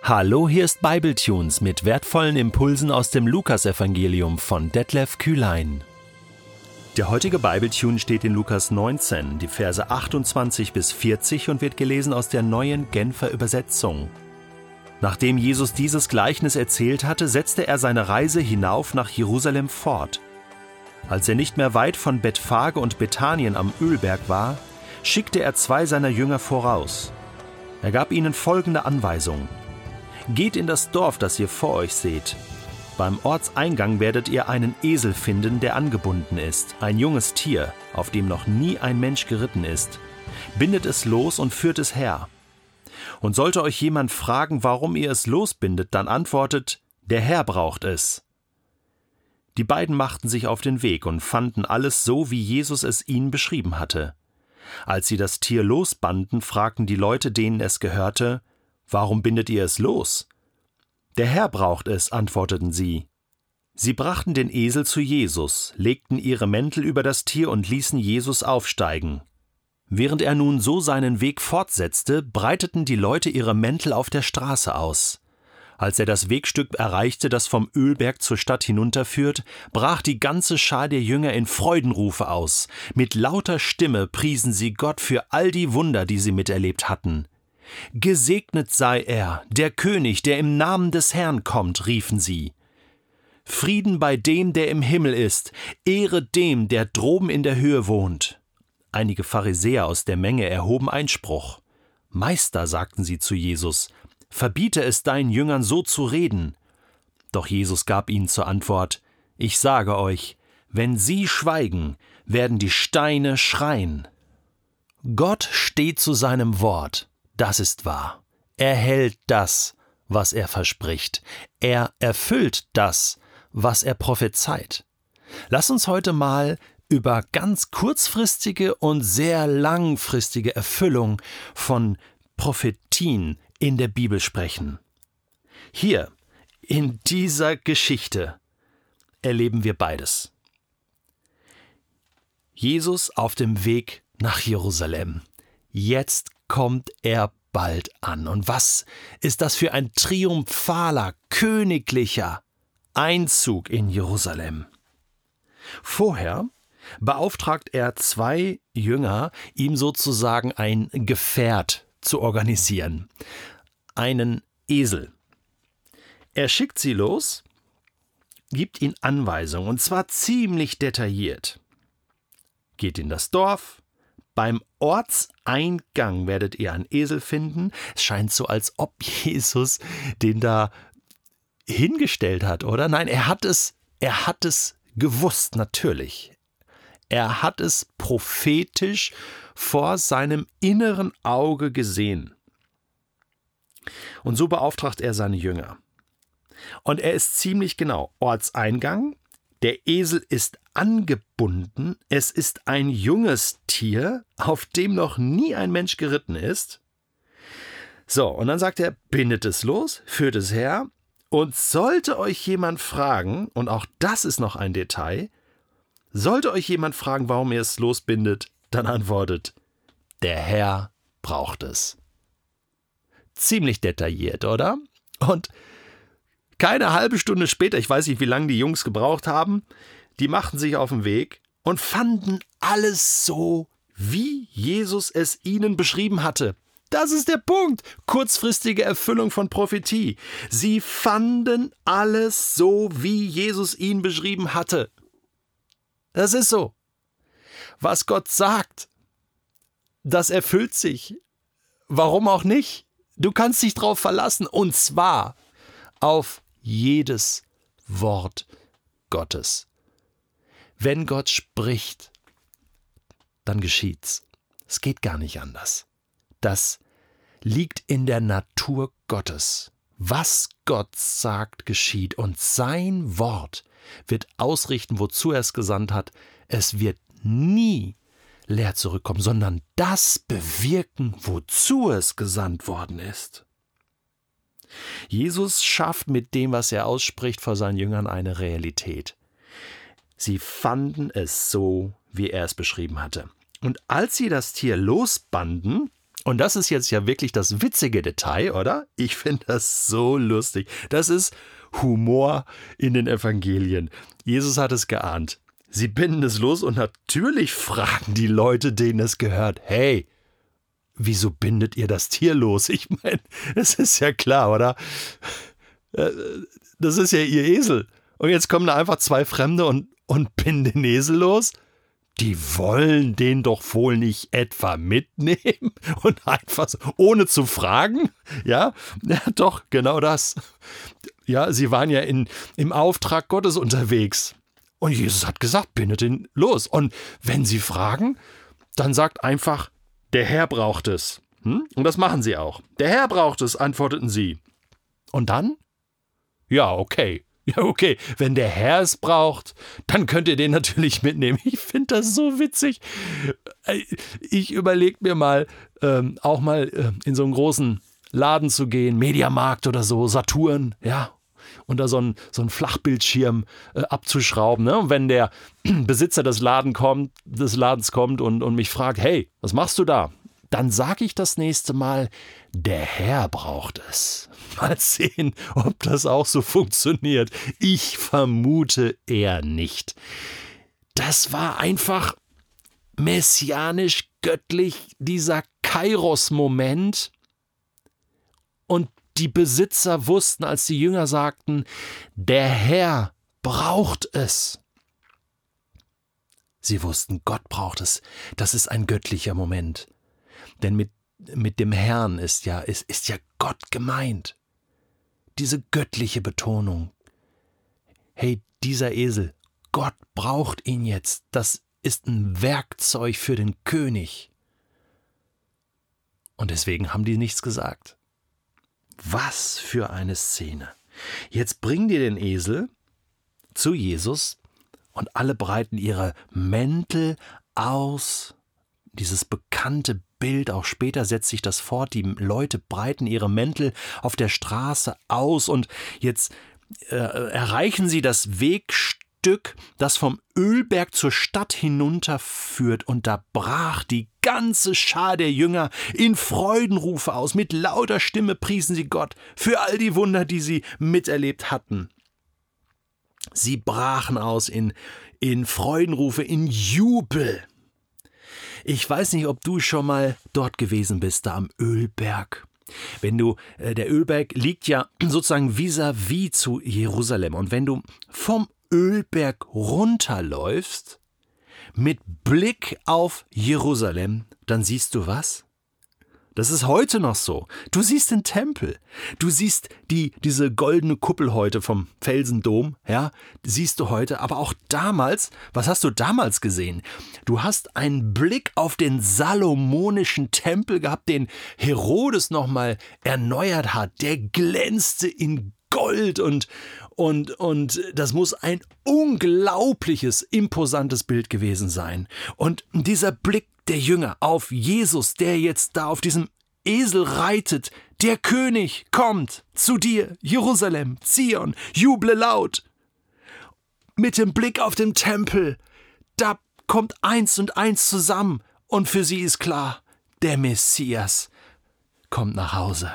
Hallo, hier ist Bibletunes mit wertvollen Impulsen aus dem Lukasevangelium von Detlef Kühlein. Der heutige Bibletune steht in Lukas 19, die Verse 28 bis 40 und wird gelesen aus der neuen Genfer Übersetzung. Nachdem Jesus dieses Gleichnis erzählt hatte, setzte er seine Reise hinauf nach Jerusalem fort. Als er nicht mehr weit von Bethphage und Bethanien am Ölberg war, schickte er 2 seiner Jünger voraus. Er gab ihnen folgende Anweisung: Geht in das Dorf, das ihr vor euch seht. Beim Ortseingang werdet ihr einen Esel finden, der angebunden ist, ein junges Tier, auf dem noch nie ein Mensch geritten ist. Bindet es los und führt es her. Und sollte euch jemand fragen, warum ihr es losbindet, dann antwortet: Der Herr braucht es. Die beiden machten sich auf den Weg und fanden alles so, wie Jesus es ihnen beschrieben hatte. Als sie das Tier losbanden, fragten die Leute, denen es gehörte: Warum bindet ihr es los? Der Herr braucht es, antworteten sie. Sie brachten den Esel zu Jesus, legten ihre Mäntel über das Tier und ließen Jesus aufsteigen. Während er nun so seinen Weg fortsetzte, breiteten die Leute ihre Mäntel auf der Straße aus. Als er das Wegstück erreichte, das vom Ölberg zur Stadt hinunterführt, brach die ganze Schar der Jünger in Freudenrufe aus. Mit lauter Stimme priesen sie Gott für all die Wunder, die sie miterlebt hatten. »Gesegnet sei er, der König, der im Namen des Herrn kommt«, riefen sie. »Frieden bei dem, der im Himmel ist, Ehre dem, der droben in der Höhe wohnt.« Einige Pharisäer aus der Menge erhoben Einspruch. »Meister«, sagten sie zu Jesus, »verbiete es deinen Jüngern so zu reden.« Doch Jesus gab ihnen zur Antwort: »Ich sage euch, wenn sie schweigen, werden die Steine schreien.« Gott steht zu seinem Wort. Das ist wahr. Er hält das, was er verspricht. Er erfüllt das, was er prophezeit. Lass uns heute mal über ganz kurzfristige und sehr langfristige Erfüllung von Prophetien in der Bibel sprechen. Hier, in dieser Geschichte, erleben wir beides. Jesus auf dem Weg nach Jerusalem. Jetzt kommt er bald an. Und was ist das für ein triumphaler, königlicher Einzug in Jerusalem? Vorher beauftragt er 2 Jünger, ihm sozusagen ein Gefährt zu organisieren. Einen Esel. Er schickt sie los, gibt ihnen Anweisungen, und zwar ziemlich detailliert. Geht in das Dorf. Beim Ortseingang werdet ihr einen Esel finden. Es scheint so, als ob Jesus den da hingestellt hat, oder? Nein, er hat es gewusst, natürlich. Er hat es prophetisch vor seinem inneren Auge gesehen. Und so beauftragt er seine Jünger. Und er ist ziemlich genau. Ortseingang. Der Esel ist angebunden, es ist ein junges Tier, auf dem noch nie ein Mensch geritten ist. So, und dann sagt er, bindet es los, führt es her, und sollte euch jemand fragen, und auch das ist noch ein Detail, sollte euch jemand fragen, warum ihr es losbindet, dann antwortet: Der Herr braucht es. Ziemlich detailliert, oder? Und keine halbe Stunde später, ich weiß nicht, wie lange die Jungs gebraucht haben, die machten sich auf den Weg und fanden alles so, wie Jesus es ihnen beschrieben hatte. Das ist der Punkt. Kurzfristige Erfüllung von Prophetie. Sie fanden alles so, wie Jesus ihn beschrieben hatte. Das ist so. Was Gott sagt, das erfüllt sich. Warum auch nicht? Du kannst dich drauf verlassen, und zwar auf jedes Wort Gottes. Wenn Gott spricht, dann geschieht's. Es geht gar nicht anders. Das liegt in der Natur Gottes. Was Gott sagt, geschieht. Und sein Wort wird ausrichten, wozu er es gesandt hat. Es wird nie leer zurückkommen, sondern das bewirken, wozu es gesandt worden ist. Jesus schafft mit dem, was er ausspricht, vor seinen Jüngern eine Realität. Sie fanden es so, wie er es beschrieben hatte. Und als sie das Tier losbanden Und das ist jetzt ja wirklich das witzige Detail, oder? Ich finde das so lustig. Das ist Humor in den Evangelien. Jesus hat es geahnt. Sie binden es los und natürlich fragen die Leute, denen es gehört, hey, wieso bindet ihr das Tier los? Ich meine, das ist ja klar, oder? Das ist ja ihr Esel. Und jetzt kommen da einfach zwei Fremde und binden den Esel los? Die wollen den doch wohl nicht etwa mitnehmen und einfach so, ohne zu fragen? Ja, doch, genau das. Ja, sie waren ja im Auftrag Gottes unterwegs. Und Jesus hat gesagt, bindet ihn los. Und wenn sie fragen, dann sagt einfach, der Herr braucht es. Und das machen sie auch. Der Herr braucht es, antworteten sie. Und dann? Ja, okay. Ja, okay, wenn der Herr es braucht, dann könnt ihr den natürlich mitnehmen. Ich finde das so witzig. Ich überlege mir mal, auch mal in so einen großen Laden zu gehen, Mediamarkt oder so, Saturn, ja, und da so einen Flachbildschirm abzuschrauben. Ne? Und wenn der Besitzer des Ladens kommt und mich fragt, hey, was machst du da? Dann sage ich das nächste Mal, der Herr braucht es. Mal sehen, ob das auch so funktioniert. Ich vermute eher nicht. Das war einfach messianisch göttlich, dieser Kairos-Moment. Und die Besitzer wussten, als die Jünger sagten, der Herr braucht es. Sie wussten, Gott braucht es. Das ist ein göttlicher Moment. Denn mit dem Herrn ist ja Gott gemeint. Diese göttliche Betonung. Hey, dieser Esel, Gott braucht ihn jetzt. Das ist ein Werkzeug für den König. Und deswegen haben die nichts gesagt. Was für eine Szene. Jetzt bringen die den Esel zu Jesus und alle breiten ihre Mäntel aus. Dieses bekannte Bild, auch später setzt sich das fort, die Leute breiten ihre Mäntel auf der Straße aus und jetzt erreichen sie das Wegstück, das vom Ölberg zur Stadt hinunterführt und da brach die ganze Schar der Jünger in Freudenrufe aus, mit lauter Stimme priesen sie Gott für all die Wunder, die sie miterlebt hatten. Sie brachen aus in Freudenrufe, in Jubel. Ich weiß nicht, ob du schon mal dort gewesen bist, da am Ölberg. Der Ölberg liegt ja sozusagen vis-à-vis zu Jerusalem. Und wenn du vom Ölberg runterläufst, mit Blick auf Jerusalem, dann siehst du was? Das ist heute noch so. Du siehst den Tempel. Du siehst diese goldene Kuppel heute vom Felsendom, ja, siehst du heute. Aber auch damals, was hast du damals gesehen? Du hast einen Blick auf den salomonischen Tempel gehabt, den Herodes nochmal erneuert hat. Der glänzte in Gold und das muss ein unglaubliches, imposantes Bild gewesen sein. Und dieser Blick der Jünger auf Jesus, der jetzt da auf diesem Esel reitet, der König kommt zu dir, Jerusalem, Zion, juble laut. Mit dem Blick auf den Tempel, da kommt eins und eins zusammen und für sie ist klar, der Messias kommt nach Hause.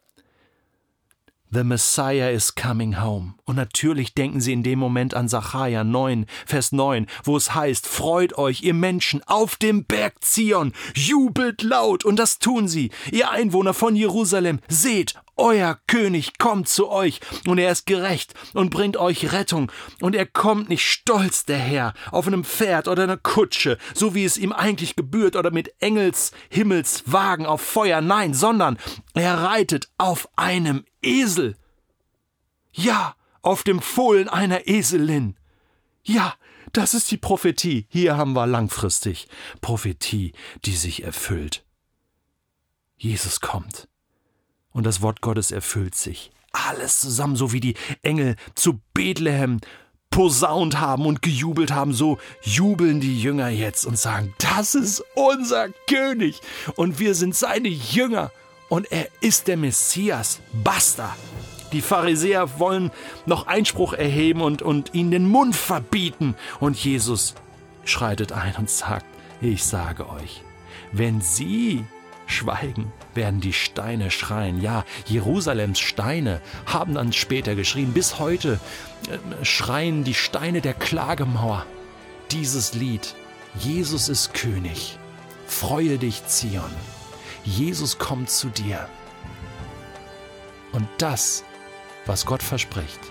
The Messiah is coming home. Und natürlich denken sie in dem Moment an Sacharja 9, Vers 9, wo es heißt, freut euch, ihr Menschen auf dem Berg Zion, jubelt laut. Und das tun sie, ihr Einwohner von Jerusalem. Seht, euer König kommt zu euch und er ist gerecht und bringt euch Rettung. Und er kommt nicht stolz daher auf einem Pferd oder einer Kutsche, so wie es ihm eigentlich gebührt, oder mit Himmelswagen auf Feuer. Nein, sondern er reitet auf einem Esel. Ja, auf dem Fohlen einer Eselin. Ja, das ist die Prophetie. Hier haben wir langfristig Prophetie, die sich erfüllt. Jesus kommt. Und das Wort Gottes erfüllt sich. Alles zusammen, so wie die Engel zu Bethlehem posaunt haben und gejubelt haben, so jubeln die Jünger jetzt und sagen, das ist unser König und wir sind seine Jünger und er ist der Messias. Basta! Die Pharisäer wollen noch Einspruch erheben und ihnen den Mund verbieten. Und Jesus schreitet ein und sagt, ich sage euch, wenn sie schweigen, werden die Steine schreien. Ja, Jerusalems Steine haben dann später geschrien. Bis heute schreien die Steine der Klagemauer dieses Lied. Jesus ist König. Freue dich, Zion. Jesus kommt zu dir. Und das, was Gott verspricht,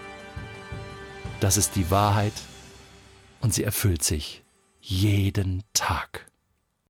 das ist die Wahrheit und sie erfüllt sich jeden Tag.